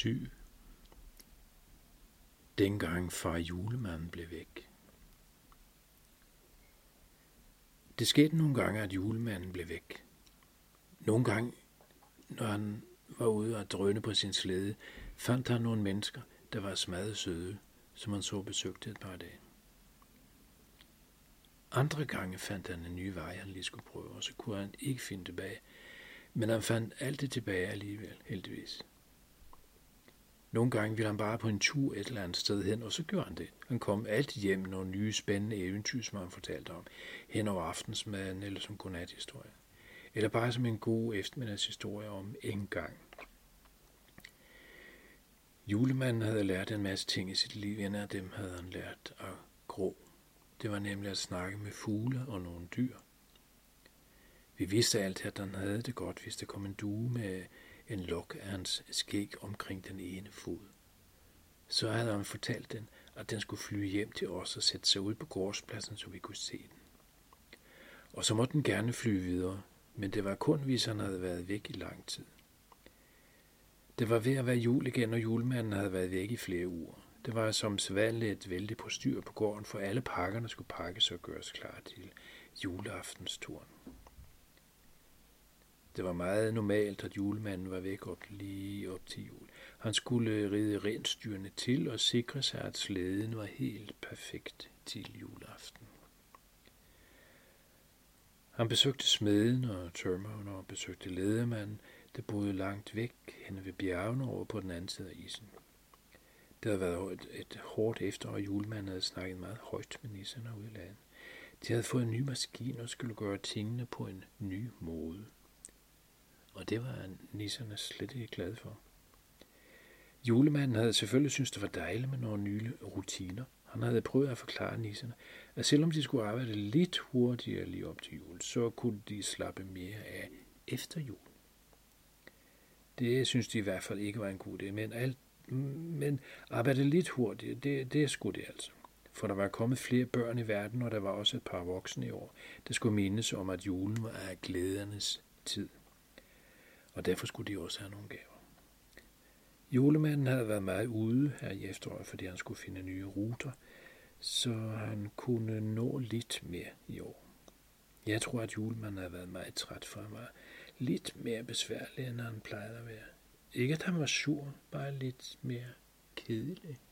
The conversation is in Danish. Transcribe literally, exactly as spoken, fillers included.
syv. Dengang far julemanden blev væk. Det skete nogle gange, at julemanden blev væk. Nogle gange, når han var ude og drøne på sin slæde, fandt han nogle mennesker, der var smadret søde, som han så besøgte et par dage. Andre gange fandt han en ny vej, han lige skulle prøve, og så kunne han ikke finde tilbage. Men han fandt altid tilbage alligevel, heldigvis. Nogle gange ville han bare på en tur et eller andet sted hen, og så gjorde han det. Han kom altid hjem med nogle nye spændende eventyr, som han fortalte om, hen over aftensmaden eller som godnathistorie. Eller bare som en god eftermiddagshistorie om en gang. Julemanden havde lært en masse ting i sit liv, en af dem havde han lært at grå. Det var nemlig at snakke med fugle og nogle dyr. Vi vidste altid, at han havde det godt, hvis der kom en due med en lok af hans skæg omkring den ene fod. Så havde han fortalt den, at den skulle flyve hjem til os og sætte sig ud på gårdspladsen, så vi kunne se den. Og så måtte den gerne flyve videre, men det var kun, hvis han havde været væk i lang tid. Det var ved at være jul igen, og julemanden havde været væk i flere uger. Det var som sædvanligt et vældig postyr på gården, for alle pakkerne skulle pakkes og gøres klar til juleaftensturen. Det var meget normalt, at julemanden var væk op lige op til jul. Han skulle ride rensdyrene til og sikre sig, at slæden var helt perfekt til juleaften. Han besøgte smeden og tømreren og besøgte lædermanden, der boede langt væk henne ved bjergene over på den anden side af isen. Det havde været et, et hårdt efterår, og julemanden havde snakket meget højt med nisserne ude i landet. De havde fået en ny maskine og skulle gøre tingene på en ny måde. Og det var nisserne slet ikke glade for. Julemanden havde selvfølgelig syntes, det var dejligt med nogle nye rutiner. Han havde prøvet at forklare nisserne, at selvom de skulle arbejde lidt hurtigere lige op til jul, så kunne de slappe mere af efter jul. Det synes de i hvert fald ikke var en god idé, men, alt, men arbejde lidt hurtigere, det, det skulle det altså. For der var kommet flere børn i verden, og der var også et par voksne i år, der skulle mindes om, at julen var af glædernes tid. Og derfor skulle de også have nogle gaver. Julemanden havde været meget ude her i efteråret, fordi han skulle finde nye ruter, så han kunne nå lidt mere i år. Jeg tror, at julemanden havde været meget træt, for han var lidt mere besværlig, end han plejede at være. Ikke at han var sur, bare lidt mere kedelig.